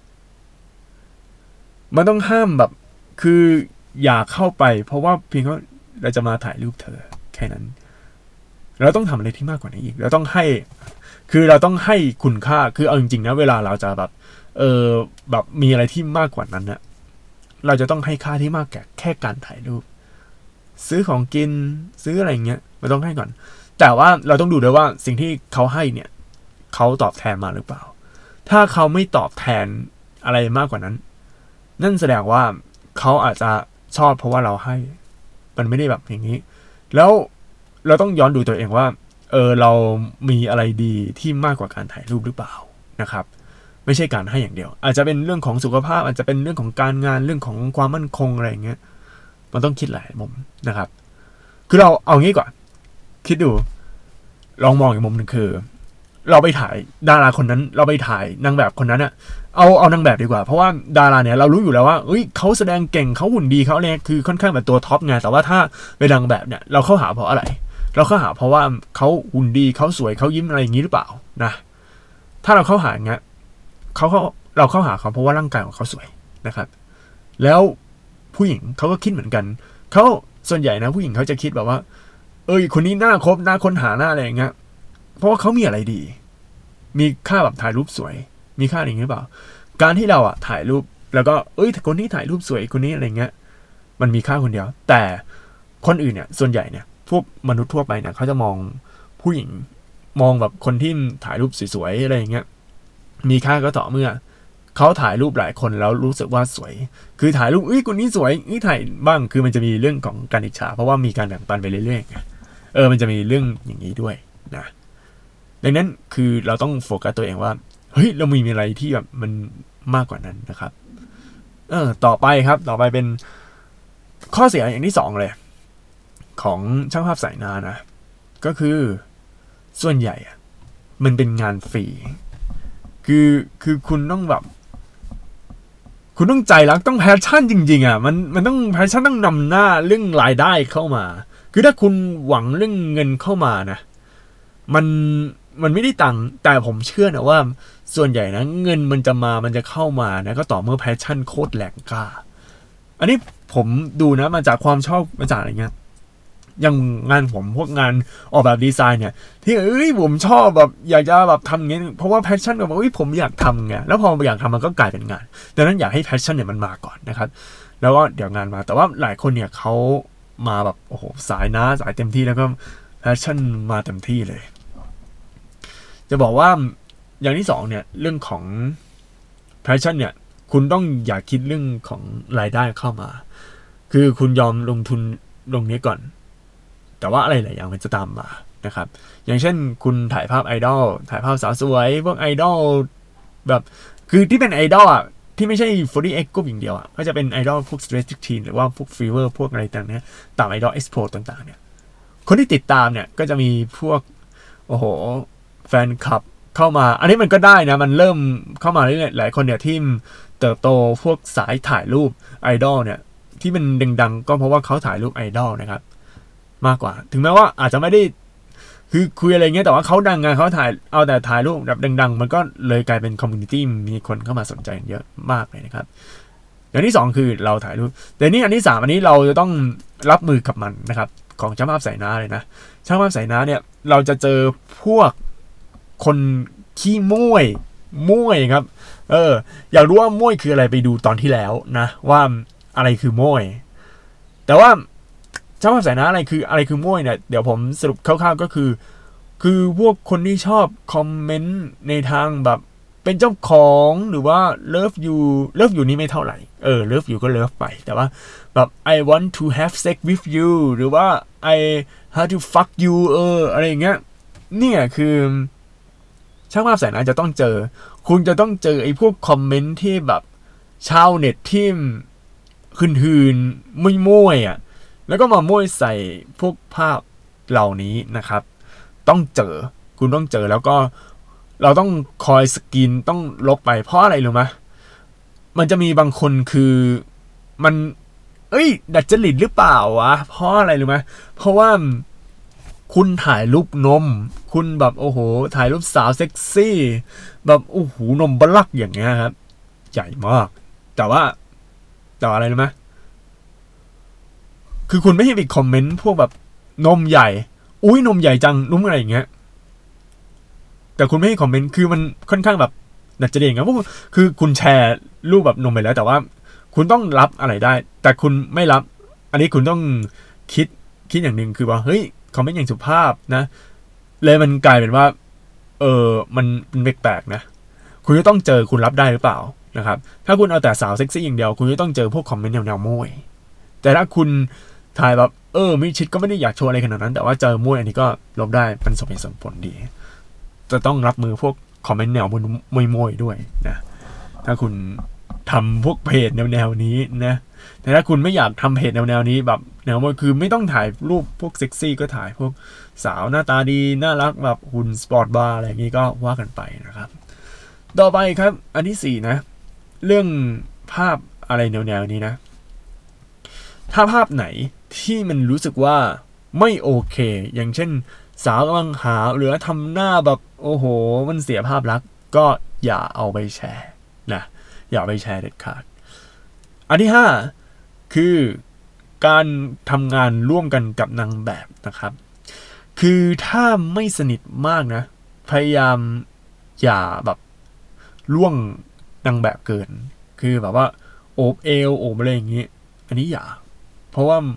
มันต้องห้ามแบบคืออย่าเข้าไปเพราะว่าเพียงแค่เราจะมาถ่ายรูปเธอแค่นั้นเราต้องทำอะไรที่มากกว่านี้อีกเราต้องให้คุณค่าคือเอาจริงๆนะเวลาเราจะแบบแบบมีอะไรที่มากกว่านั้นนะเราจะต้องให้ค่าที่มากแค่การถ่ายรูปซื้อของกินซื้ออะไรเงี้ยมันต้องให้ก่อนแต่ว่าเราต้องดูด้วยว่าสิ่งที่เขาให้เนี่ยเขาตอบแทนมาหรือเปล่าถ้าเขาไม่ตอบแทนอะไรมากกว่านั้นนั่นแสดงว่าเขาอาจจะชอบเพราะว่าเราให้มันไม่ได้แบบอย่างนี้แล้วเราต้องย้อนดูตัวเองว่าเรามีอะไรดีที่มากกว่าการถ่ายรูปหรือเปล่านะครับไม่ใช่การให้อย่างเดียวอาจจะเป็นเรื่องของสุขภาพอาจจะเป็นเรื่องของการงานเรื่องของความมั่นคงอะไรอย่างเงี้ยมันต้องคิดหลายมุมนะครับคือเราเอางี้ก่อนคิดดูลองมองอีกมุมหนึ่งคือเราไปถ่ายดาราคนนั้นเราไปถ่ายนางแบบคนนั้นอะเอานางแบบดีกว่าเพราะว่าดาราเนี่ยเรารู้อยู่แล้วว่าเขาแสดงเก่งเขาหุ่นดีเขาเนี่ยคือค่อนข้างแบบตัวท็อปไงแต่ว่าถ้าเป็นนางแบบเนี่ยเราเข้าหาเพราะอะไรเราเข้าหาเพราะว่าเขาหุ่นดีเขาสวยเขายิ้มอะไรอย่างนี้หรือเปล่านะถ้าเราเข้าหาอย่างเงี้ยเราเข้าหาเขาเพราะว่าร่างกายของเขาสวยนะครับแล้วผู้หญิงเขาก็คิดเหมือนกันเขาส่วนใหญ่นะผู้หญิงเขาจะคิดแบบว่าคนนี้น่าคบน่าค้นหาหน้าอะไรอย่างเงี้ยเพราะว่าเขามีอะไรดีมีค่าแบบถ่ายรูปสวยมีค่าอย่างนี้หรือเปล่าการที่เราอะถ่ายรูปแล้วก็คนนี้ถ่ายรูปสวยคนนี้อะไรเงี้ยมันมีค่าคนเดียวแต่คนอื่นเนี่ยส่วนใหญ่เนี่ยพวกมนุษย์ทั่วไปเนี่ยเขาจะมองผู้หญิงมองแบบคนที่ถ่ายรูปสวยๆอะไรอย่างเงี้ยมีค่าก็ต่อเมื่อเขาถ่ายรูปหลายคนแล้วรู้สึกว่าสวยคือถ่ายรูปคนนี้สวยถ่ายบ้างคือมันจะมีเรื่องของการอิจฉาเพราะว่ามีการแบ่งปันไปเรื่อยๆมันจะมีเรื่องอย่างนี้ด้วยนะดังนั้นคือเราต้องโฟกัสตัวเองว่าเรามีอะไรที่แบบมันมากกว่านั้นนะครับต่อไปเป็นข้อเสียอย่างที่สองเลยของช่างภาพสายนานะก็คือส่วนใหญ่มันเป็นงานฟรีคือคุณต้องแบบคุณต้องใจรักต้องแพชชั่นจริงๆอ่ะมันต้องแพชชั่นต้องนำหน้าเรื่องรายได้เข้ามาคือถ้าคุณหวังเรื่องเงินเข้ามานะมันมันไม่ได้ตังค์แต่ผมเชื่อนะว่าส่วนใหญ่นะเงินมันจะเข้ามานะก็ต่อเมื่อแพชชั่นโคตรแรงกล้าอันนี้ผมดูนะมาจากความชอบมาจากอะไรเงี้ยอย่างงานผมพวกงานออกแบบดีไซน์เนี่ยที่ผมชอบแบบอยากจะแบบทำอย่างเงี้ยเพราะว่าแพชชั่นแบบผมอยากทำไงแล้วพออยากทำมันก็กลายเป็นงานดังนั้นอยากให้แพชชั่นเนี่ยมันมาก่อนนะครับแล้วก็เดี๋ยวงานมาแต่ว่าหลายคนเนี่ยเขามาแบบโอ้โหสายเต็มที่แล้วก็แพชชั่นมาเต็มที่เลยจะบอกว่าอย่างที่สองเนี่ยเรื่องของแพชชั่นเนี่ยคุณต้องอย่าคิดเรื่องของรายได้เข้ามาคือคุณยอมลงทุนลงนี้ก่อนแต่ว่าอะไรหลายอย่างมันจะตามมานะครับอย่างเช่นคุณถ่ายภาพไอดอลถ่ายภาพสาวสวยพวกไอดอลแบบคือที่เป็นไอดอลอ่ะที่ไม่ใช่ 40X กรุ๊ปอย่างเดียวอ่ะก็จะเป็นไอดอลพวก Stray Teen หรือว่าพวก Fever พวกอะไรต่างๆเนี่ยตามไอดอล Expo ต่างๆเนี่ยคนที่ติดตามเนี่ยก็จะมีพวกโอ้โหแฟนคลับเข้ามาอันนี้มันก็ได้นะมันเริ่มเข้ามาเรื่อยๆหลายคนเนี่ยที่เติบโตพวกสายถ่ายรูปไอดอลเนี่ยที่มันดังๆก็เพราะว่าเขาถ่ายรูปไอดอลนะครับมากกว่าถึงแม้ว่าอาจจะไม่ได้คือคุยอะไรเงี้ยแต่ว่าเขาดังไงเขาเอาแต่ถ่ายรูปแบบดังๆมันก็เลยกลายเป็นคอมมูนิตี้มีคนเข้ามาสนใจเยอะมากเลยนะครับอย่างที่สองคือเราถ่ายรูปแต่นี่อันที่สามอันนี้เราจะต้องรับมือกับมันนะครับของช่างภาพสายน้าเลยนะช่างภาพสายน้าเนี่ยเราจะเจอพวกคนขี้ม้วยครับอยากรู้ว่าม้วยคืออะไรไปดูตอนที่แล้วนะว่าอะไรคือม้วยแต่ว่าช่างภาพสายน้าอะไรคือม้วยเนี่ยเดี๋ยวผมสรุปคร่าวๆก็คือพวกคนที่ชอบคอมเมนต์ในทางแบบเป็นเจ้าของหรือว่า love you นี่ไม่เท่าไหร่love you ก็ love ไปแต่ว่าแบบ I want to have sex with you หรือว่า I have to fuck you อะไรอย่างเงี้ยเนี่ยคือช่างภาพสายน้าจะต้องเจอคุณจะต้องเจอไอ้พวกคอมเมนต์ที่แบบชาวเน็ตที่หืนๆมั่วๆอ่ะแล้วก็มามั่วใส่พวกภาพเหล่านี้นะครับต้องเจอคุณต้องเจอแล้วก็เราต้องคอยสกรีนต้องลบไปเพราะอะไรรู้ไหมมันจะมีบางคนคือมันดัดจริตหรือเปล่าวะเพราะอะไรรู้ไหมเพราะว่าคุณถ่ายรูปนมคุณแบบโอ้โหถ่ายรูปสาวเซ็กซี่แบบโอ้โหนมบลักอย่างเงี้ยครับใหญ่มากแต่ว่าอะไรรู้ไหมคือคุณไม่ให้ไปคอมเมนต์พวกแบบนมใหญ่นมใหญ่จังนุ่มอะไรอย่างเงี้ยแต่คุณไม่ให้คอมเมนต์คือมันค่อนข้างแบบดัดจริตครับพวกคือคุณแชร์รูปแบบนมไปแล้วแต่ว่าคุณต้องรับอะไรได้แต่คุณไม่รับอันนี้คุณต้องคิดอย่างหนึ่งคือว่าเฮ้ยคอมเมนต์อย่างสุภาพนะเลยมันกลายเป็นว่ามันเป็นแปลกๆนะคุณจะต้องเจอคุณรับได้หรือเปล่านะครับถ้าคุณเอาแต่สาวเซ็กซี่อย่างเดียวคุณจะต้องเจอพวกคอมเมนต์แนวม้วยแต่ถ้าคุณถ่ายแบบมิชิดก็ไม่ได้อยากโชว์อะไรขนาดนั้นแต่ว่าเจอม้วยอันนี้ก็ลบได้เป็นสมเหตุสมผลดีจะต้องรับมือพวกคอมเมนต์แนวม้วยด้วยนะถ้าคุณทำพวกเพจแนวนี้นะแต่ถ้าคุณไม่อยากทำเพจแนวนี้แบบแนวม้วยคือไม่ต้องถ่ายรูปพวกเซ็กซี่ก็ถ่ายพวกสาวหน้าตาดีน่ารักแบบหุ่นสปอร์ตบาร์อะไรอย่างนี้ก็ว่ากันไปนะครับต่อไปครับอันที่4นะเรื่องภาพอะไรแนวนี้นะถ้าภาพไหนที่มันรู้สึกว่าไม่โอเคอย่างเช่นสาวกำลังหาหรือทำหน้าแบบโอ้โหมันเสียภาพลักษณ์ก็อย่าเอาไปแชร์นะอย่าไปแชร์เด็ดขาดอันที่5คือการทำงานร่วมกันกับนางแบบนะครับคือถ้าไม่สนิทมากนะพยายามอย่าแบบล่วงนางแบบเกินคือแบบว่าโอบเอวโอบอะไรอย่างนี้อันนี้อย่าเพราะว่า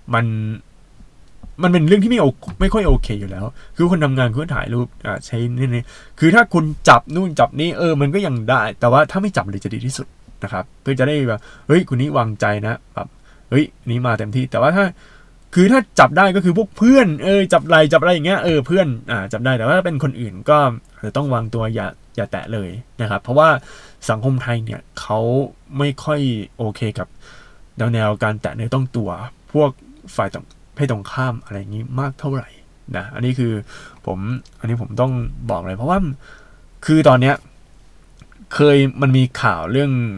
มันเป็นเรื่องที่ไม่ค่อยโอเคอยู่แล้วคือคนทำงานคุณถ่ายรูปใช้นี่คือถ้าคุณจับนู่นจับนี่มันก็ยังได้แต่ว่าถ้าไม่จับเลยจะดีที่สุดนะครับเพื่อจะได้แบบเฮ้ยคุณนี้วางใจนะแบบเฮ้ยนี้มาเต็มที่แต่ว่าถ้าจับได้ก็คือพวกเพื่อนจับอะไรอย่างเงี้ยเพื่อนจับได้แต่ว่าถ้าเป็นคนอื่นก็จะต้องวางตัวอย่าแตะเลยนะครับเพราะว่าสังคมไทยเนี่ยเขาไม่ค่อยโอเคกับแนวการแตะเนื้อต้องตัวพวกฝ่ายเพศตรงข้ามอะไรอย่างนี้มากเท่าไหร่นะอันนี้ผมต้องบอกเลยเพราะว่าคือตอนเนี้ยมันมีข่าวเรื่อง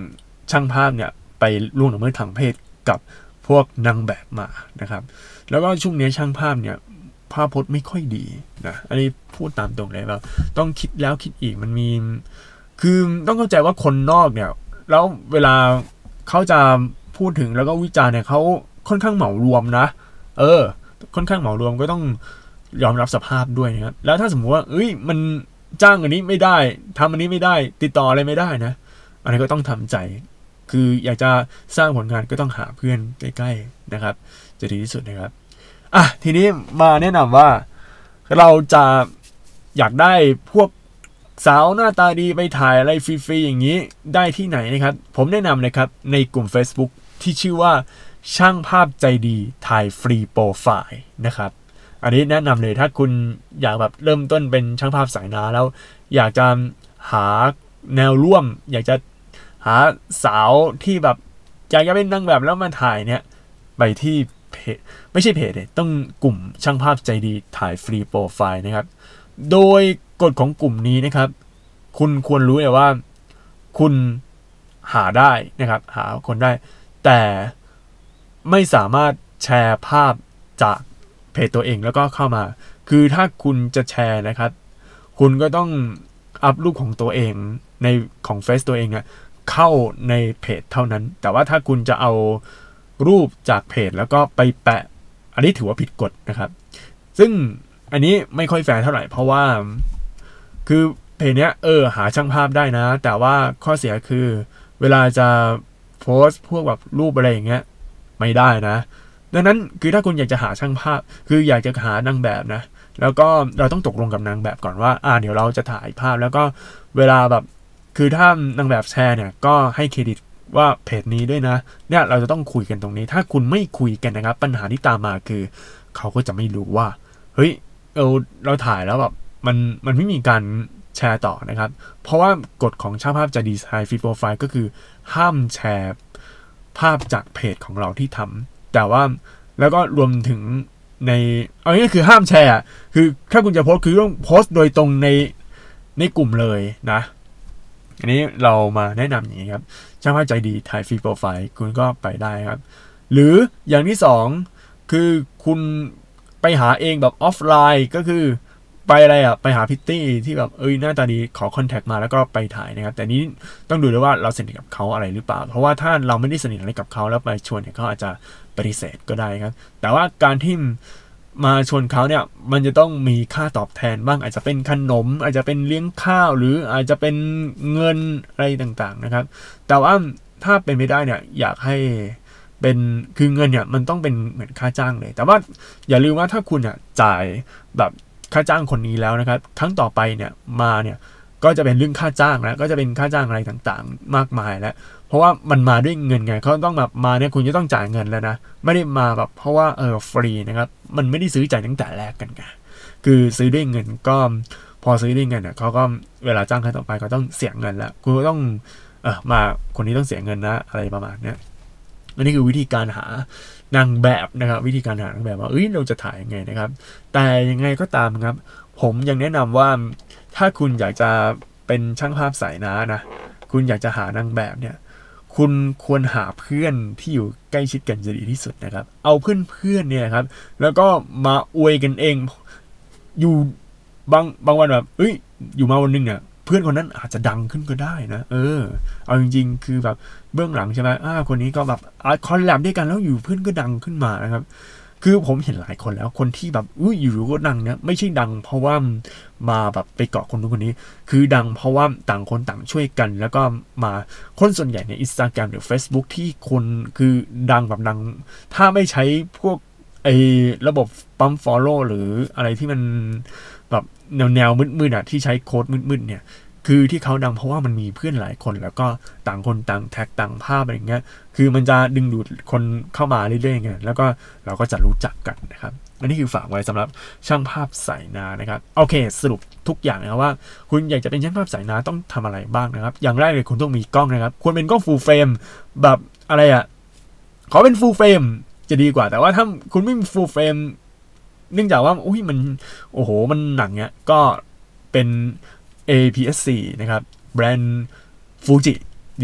ช่างภาพเนี่ยไปล่วงละเมิดทางเพศกับพวกนางแบบมานะครับแล้วก็ช่วงนี้ช่างภาพเนี่ยภาพพจน์ไม่ค่อยดีนะอันนี้พูดตามตรงเลยว่าต้องคิดแล้วคิดอีกมันมีคือต้องเข้าใจว่าคนนอกเนี่ยแล้วเวลาเขาจะพูดถึงแล้วก็วิจารณ์เนี่ยเขาค่อนข้างเหมารวมนะค่อนข้างเหมารวมก็ต้องยอมรับสภาพด้วยนะครับแล้วถ้าสมมติว่ามันจ้างอันนี้ไม่ได้ทำอันนี้ไม่ได้ติดต่ออะไรไม่ได้นะอันนี้ก็ต้องทำใจคืออยากจะสร้างผลงานก็ต้องหาเพื่อนใกล้ๆนะครับจะดีที่สุดนะครับทีนี้มาแนะนำว่าเราจะอยากได้พวกสาวหน้าตาดีไปถ่ายอะไรฟรีๆอย่างนี้ได้ที่ไหนนะครับผมแนะนำนะครับในกลุ่ม Facebook ที่ชื่อว่าช่างภาพใจดีถ่ายฟรีโปรไฟล์นะครับอันนี้แนะนำเลยถ้าคุณอยากแบบเริ่มต้นเป็นช่างภาพสายนาแล้วอยากจะหาแนวร่วมอยากจะหาสาวที่แบบอยากจะเป็นนางแบบแล้วมาถ่ายเนี่ยไปที่เพจไม่ใช่เพจเลยต้องกลุ่มช่างภาพใจดีถ่ายฟรีโปรไฟล์นะครับโดยกฎของกลุ่มนี้นะครับคุณควรรู้เลยว่าคุณหาได้นะครับหาคนได้แต่ไม่สามารถแชร์ภาพจากเพจตัวเองแล้วก็เข้ามาคือถ้าคุณจะแชร์นะครับคุณก็ต้องอัพรูปของตัวเองในของเฟซตัวเองเนี่ยเข้าในเพจเท่านั้นแต่ว่าถ้าคุณจะเอารูปจากเพจแล้วก็ไปแปะอันนี้ถือว่าผิดกฎนะครับซึ่งอันนี้ไม่ค่อยแฟร์เท่าไหร่เพราะว่าคือเพจเนี้ยหาช่างภาพได้นะแต่ว่าข้อเสียคือเวลาจะโพสต์พวกแบบรูปอะไรอย่างเงี้ยไม่ได้นะดังนั้นคือถ้าคุณอยากจะหาช่างภาพคืออยากจะหานางแบบนะแล้วก็เราต้องตกลงกับนางแบบก่อนว่าเดี๋ยวเราจะถ่ายภาพแล้วก็เวลาแบบคือถ้านางแบบแชร์เนี่ยก็ให้เครดิตว่าเพจนี้ด้วยนะเนี่ยเราจะต้องคุยกันตรงนี้ถ้าคุณไม่คุยกันนะครับปัญหาที่ตามมาคือเขาก็จะไม่รู้ว่าเฮ้ยเราถ่ายแล้วแบบมันไม่มีการแชร์ต่อนะครับเพราะว่ากฎของช่างภาพจะดีไซน์ฟรีโปรไฟล์ก็คือห้ามแชร์ภาพจากเพจของเราที่ทำแต่ว่าแล้วก็รวมถึงในเอาง่ายๆคือห้ามแชร์คือถ้าคุณจะโพสต์คือต้องโพสต์โดยตรงในกลุ่มเลยนะอันนี้เรามาแนะนำอย่างนี้ครับช่างภาพใจดีถ่ายฟรีโปรไฟล์คุณก็ไปได้ครับหรืออย่างที่สองคือคุณไปหาเองแบบออฟไลน์ก็คือไปอะไรไปหาพิตตี้ที่แบบหน้าตาดีขอคอนแทคมาแล้วก็ไปถ่ายนะครับแต่นี้ต้องดูด้วยว่าเราสนิทกับเขาอะไรหรือเปล่าเพราะว่าถ้าเราไม่ได้สนิทอะไรกับเขาแล้วไปชวนเนี่ยเขาอาจจะปฏิเสธก็ได้ครับแต่ว่าการที่มาชวนเขาเนี่ยมันจะต้องมีค่าตอบแทนบ้างอาจจะเป็นขนมอาจจะเป็นเลี้ยงข้าวหรืออาจจะเป็นเงินอะไรต่างๆนะครับแต่ว่าถ้าเป็นไม่ได้เนี่ยอยากให้เป็นคือเงินเนี่ยมันต้องเป็นเหมือนค่าจ้างเลยแต่ว่าอย่าลืมว่าถ้าคุณจ่ายแบบค่าจ้างคนนี้แล้วนะครับครั้งต่อไปเนี่ยมาเนี่ยก็จะเป็นเรื่องค่าจ้างแล้วก็จะเป็นค่าจ้างอะไรต่างๆมากมายแล้วเพราะว่ามันมาด้วยเงินไงเขาต้องแบบมาเนี่ยคุณจะต้องจ่ายเงินแล้วนะไม่ได้มาแบบเพราะว่าฟรีนะครับมันไม่ได้ซื้อจ่ายตั้งแต่แรกกันไงคือซื้อด้วยเงินก็พอซื้อด้วยเงินเขาก็เวลาจ้างครั้งต่อไปก็ต้องเสียเงินแล้วคุณก็ต้องมาคนนี้ต้องเสียเงินนะอะไรประมาณเนี้ยอันนี้คือวิธีการหานางแบบนะครับวิธีการหานางแบบว่าเราจะถ่ายยังไงนะครับแต่ยังไงก็ตามครับผมยังแนะนำว่าถ้าคุณอยากจะเป็นช่างภาพสายน้านะคุณอยากจะหานางแบบเนี่ยคุณควรหาเพื่อนที่อยู่ใกล้ชิดกันจะดีที่สุดนะครับเอาเพื่อนเนี่ยครับแล้วก็มาอวยกันเองอยู่บางวันแบบอยู่มาวันนึงเนี่ยเพื่อนคนนั้นอาจจะดังขึ้นก็ได้นะเอาจริงๆคือแบบเบื้องหลังใช่ไหมคนนี้ก็แบบคอลแลบด้วยกันแล้วอยู่เพื่อนก็ดังขึ้นมานะครับคือผมเห็นหลายคนแล้วคนที่แบบอยู่ก็ดังเนี่ยไม่ใช่ดังเพราะว่ามาแบบไปเกาะคนนู้นคนนี้คือดังเพราะว่าต่างคนต่างช่วยกันแล้วก็มาคนส่วนใหญ่ใน Instagram หรือ Facebook ที่คนคือดังแบบดังถ้าไม่ใช้พวกระบบปั๊ม follow หรืออะไรที่มันแบบแนวมืดๆที่ใช้โค้ดมืดๆเนี่ยคือที่เขาดังเพราะว่ามันมีเพื่อนหลายคนแล้วก็ต่างคนต่างแท็กต่างภาพอะไรอย่างเงี้ยคือมันจะดึงดูดคนเข้ามาเรื่อยๆไงแล้วก็เราก็จะรู้จักกันนะครับอันนี้คือฝากไว้สำหรับช่างภาพสายนานะครับโอเคสรุปทุกอย่างนะว่าคุณอยากจะเป็นช่างภาพสายนาต้องทำอะไรบ้างนะครับอย่างแรกเลยคุณต้องมีกล้องนะครับควรเป็นกล้อง full frame แบบอะไรขอเป็น full frame จะดีกว่าแต่ว่าถ้าคุณไม่มี full frame เนื่องจากว่ามันโอ้โหมันหนักเนี้ยก็เป็น APS-C นะครับแบรนด์ฟูจิดีที่สุด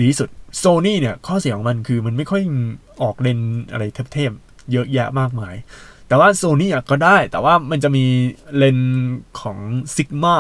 Sony เนี่ยข้อเสียของมันคือมันไม่ค่อยออกเลนอะไรเทพๆเยอะแยะมากมายแต่ว่า Sony ก็ได้แต่ว่ามันจะมีเลนของ Sigma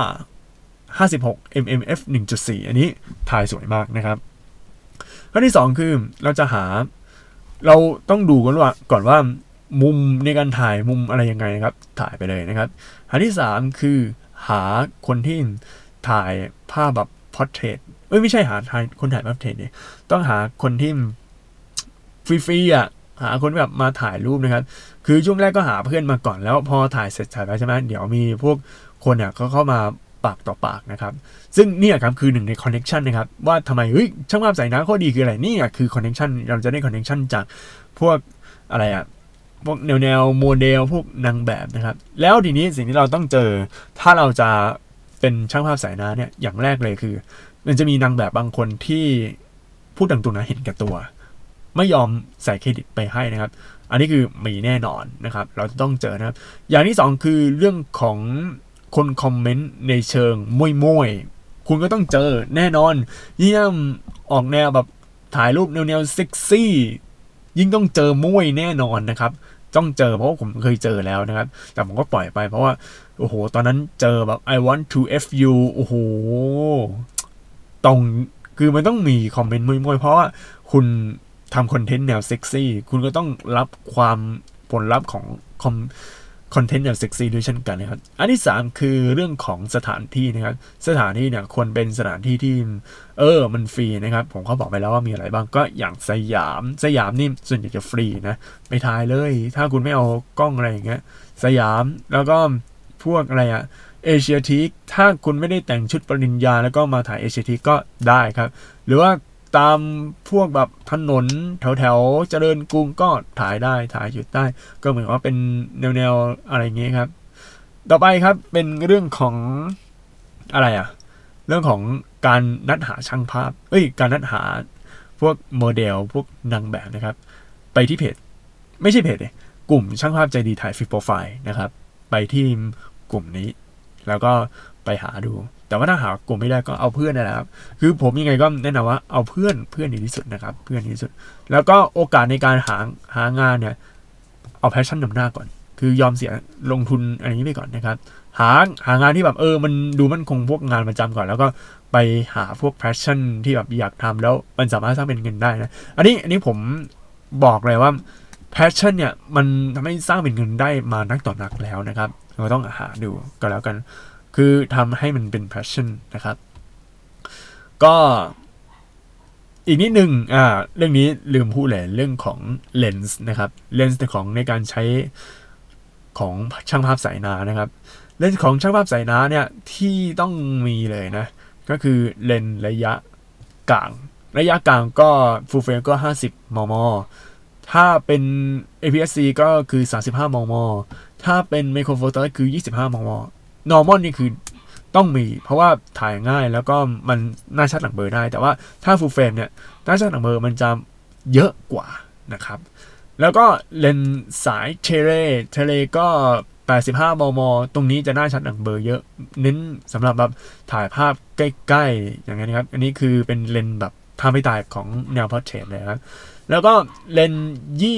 56 mm f 1.4 อันนี้ถ่ายสวยมากนะครับข้อที่2คือเราต้องดูก่อนว่ามุมในการถ่ายมุมอะไรยังไงนะครับถ่ายไปเลยนะครับอันที่3คือหาคนที่ถ่ายภาพแบบ portrait ไม่ใช่หาคนถ่าย portrait เนี่ยต้องหาคนที่ฟรีๆหาคนแบบมาถ่ายรูปนะครับคือช่วงแรกก็หาเพื่อนมาก่อนแล้วพอถ่ายเสร็จถ่ายไปใช่ไหมเดี๋ยวมีพวกคนเนี่ยก็เข้ามาปากต่อปากนะครับซึ่งนี่ครับคือหนึ่งในคอนเนคชันนะครับว่าทำไมช่างภาพสายน้ำข้อดีคืออะไรนี่คือคอนเนคชันเราจะได้คอนเนคชันจากพวกอะไรพวกแนวโมเดลพวกนางแบบนะครับแล้วทีนี้สิ่งที่เราต้องเจอถ้าเราจะเป็นช่างภาพสายน้ำเนี่ยอย่างแรกเลยคือมันจะมีนางแบบบางคนที่พูดตรงๆนะเห็นแก่ตัวไม่ยอมใส่เครดิตไปให้นะครับอันนี้คือมีแน่นอนนะครับเราจะต้องเจอนะครับอย่างที่2คือเรื่องของคนคอมเมนต์ในเชิงม่วยคุณก็ต้องเจอแน่นอนยิ่งออกแนวแบบถ่ายรูปแนวเซ็กซี่ยิ่งต้องเจอม่วยแน่นอนนะครับต้องเจอเพราะว่าผมเคยเจอแล้วนะครับแต่ผมก็ปล่อยไปเพราะว่าโอ้โหตอนนั้นเจอแบบ I want to f you โอ้โหตรงคือมันต้องมีคอมเมนต์ม่วยเพราะว่าคุณทำคอนเทนต์แนวเซ็กซี่คุณก็ต้องรับความผลลัพธ์ของคอนเทนต์แนวเซ็กซี่ด้วยเช่นกันนะครับอันที่3คือเรื่องของสถานที่นะครับสถานที่เนี่ยควรเป็นสถานที่ที่มันฟรีนะครับผมเขาบอกไปแล้วว่ามีอะไรบ้างก็อย่างสยามนี่ส่วนใหญ่จะฟรีนะไปถ่ายเลยถ้าคุณไม่เอากล้องอะไรอย่างเงี้ยสยามแล้วก็พวกอะไรเอเชียทีคถ้าคุณไม่ได้แต่งชุดปริญญาแล้วก็มาถ่ายเอเชียทีคก็ได้ครับหรือว่าตามพวกแบบถนนแถวเจริญกรุงก็ถ่ายได้ถ่ายหยุดได้ก็เหมือนว่าเป็นแนวอะไรอย่างเงี้ยครับต่อไปครับเป็นเรื่องของอะไรเรื่องของการนัดหาช่างภาพการนัดหาพวกโมเดลพวกนางแบบนะครับไปที่เพจไม่ใช่เพจเลยกลุ่มช่างภาพใจดีถ่ายฟิปโปรไฟล์นะครับไปที่กลุ่มนี้แล้วก็ไปหาดูแต่ว่าถ้าหากลุ่มไม่ได้ก็เอาเพื่อนนะครับคือผมยังไงก็แนะนำว่าเอาเพื่อนดีที่สุดนะครับเพื่อนดีที่สุดแล้วก็โอกาสในการหางานเนี่ยเอาแพชชั่นนำหน้าก่อนคือยอมเสียลงทุนอะไรนี้ไปก่อนนะครับหางานที่แบบมันดูมั่นคงพวกงานประจำก่อนแล้วก็ไปหาพวกแพชชั่นที่แบบอยากทำแล้วมันสามารถสร้างเป็นเงินได้นะอันนี้ผมบอกเลยว่าแพชชั่นเนี่ยมันทำให้สร้างเป็นเงินได้มานักต่อนักแล้วนะครับเราต้องหาดูก็แล้วกันคือทำให้มันเป็น passion นะครับก็อีกนิดนึงเรื่องนี้ลืมพูดเลยเรื่องของเลนส์นะครับเลนส์ของในการใช้ของช่างภาพสายน้านะครับเลนส์ของช่างภาพสายน้าเนี่ยที่ต้องมีเลยนะก็คือเลนส์ระยะกลางก็ full frame ก็50 มม. ถ้าเป็น APS-C ก็คือ35 มม. ถ้าเป็น Macro Four Thirds คือ25 มม. normal นี่คือต้องมีเพราะว่าถ่ายง่ายแล้วก็มันหน้าชัดหลังเบอร์ได้แต่ว่าถ้า full frame เนี่ยหน้าชัดหลังเบอร์มันจะเยอะกว่านะครับแล้วก็เลนส์สายเทเลก็85 มม. ตรงนี้จะหน้าชัดหลังเบอร์เยอะเน้นสำหรับแบบถ่ายภาพใกล้ๆอย่างนี้ครับอันนี้คือเป็นเลนส์แบบภาพไม่ตายของแนว portrait เลยครับแล้วก็เลนส์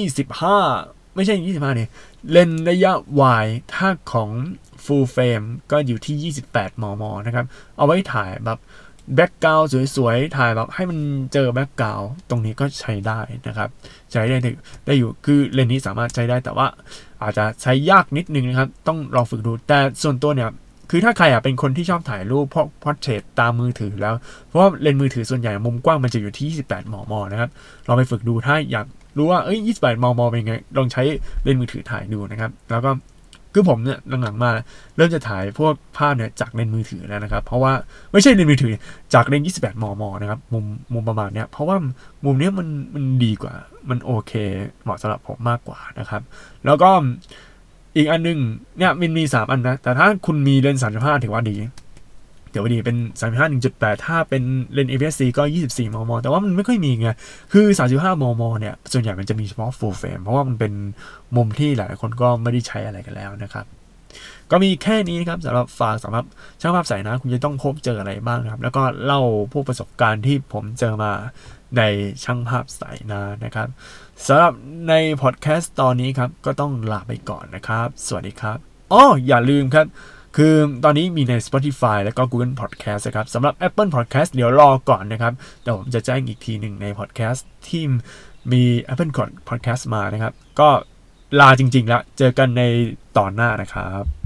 25ไม่ใช่25เนี่ยเลนส์ระยะวายถ้าของ full frame ก็อยู่ที่28 มม. นะครับเอาไว้ถ่ายแบบแบ็กกราวด์สวยๆถ่ายแบบให้มันเจอแบ็กกราวด์ตรงนี้ก็ใช้ได้นะครับใช้ได้อยู่คือเลนส์นี้สามารถใช้ได้แต่ว่าอาจจะใช้ยากนิดนึงนะครับต้องลองฝึกดูแต่ส่วนตัวเนี่ยคือถ้าใครเป็นคนที่ชอบถ่ายรูปพอร์เทรตตามมือถือแล้วเพราะว่าเลนส์มือถือส่วนใหญ่มุมกว้างมันจะอยู่ที่28 มม. นะครับลองไปฝึกดูถ้าอยากรู้ว่า28 มม. เป็นไงลองใช้เลนส์มือถือถ่ายดูนะครับแล้วก็คือผมเนี่ยหลังๆมาเริ่มจะถ่ายพวกภาพเนี่ยจากเลนส์มือถือแล้วนะครับเพราะว่าไม่ใช่เลนส์มือถือจากเลนส์28 มม. นะครับมุมประมาณเนี้ยเพราะว่ามุมเนี้ยมันดีกว่ามันโอเคเหมาะสำหรับผมมากกว่านะครับแล้วก็อีกอันนึงเนี่ยมันมี3อันนะแต่ถ้าคุณมีเลนส์35ถือว่าดีเป็น35 1.8 ถ้าเป็นเลนส์ APS-C ก็24 มม. แต่ว่ามันไม่ค่อยมีไงคือ35 มม. เนี่ยส่วนใหญ่มันจะมีเฉพาะ full frame เพราะว่ามันเป็นมุมที่หลายคนก็ไม่ได้ใช้อะไรกันแล้วนะครับก็มีแค่นี้นะครับสำหรับสำหรับช่างภาพสายน้ำคุณจะต้องพบเจออะไรบ้างนะครับแล้วก็เล่าพวกประสบการณ์ที่ผมเจอมาในช่างภาพสายนานะครับสำหรับในพอดแคสต์ตอนนี้ครับก็ต้องลาไปก่อนนะครับสวัสดีครับอย่าลืมครับคือตอนนี้มีใน Spotify แล้วก็ Google Podcast นะครับสำหรับ Apple Podcast เดี๋ยวรอก่อนนะครับเดี๋ยวผมจะแจ้งอีกทีหนึ่งใน Podcast ที่มี Apple Podcast มานะครับก็ลาจริงๆแล้วเจอกันในตอนหน้านะครับ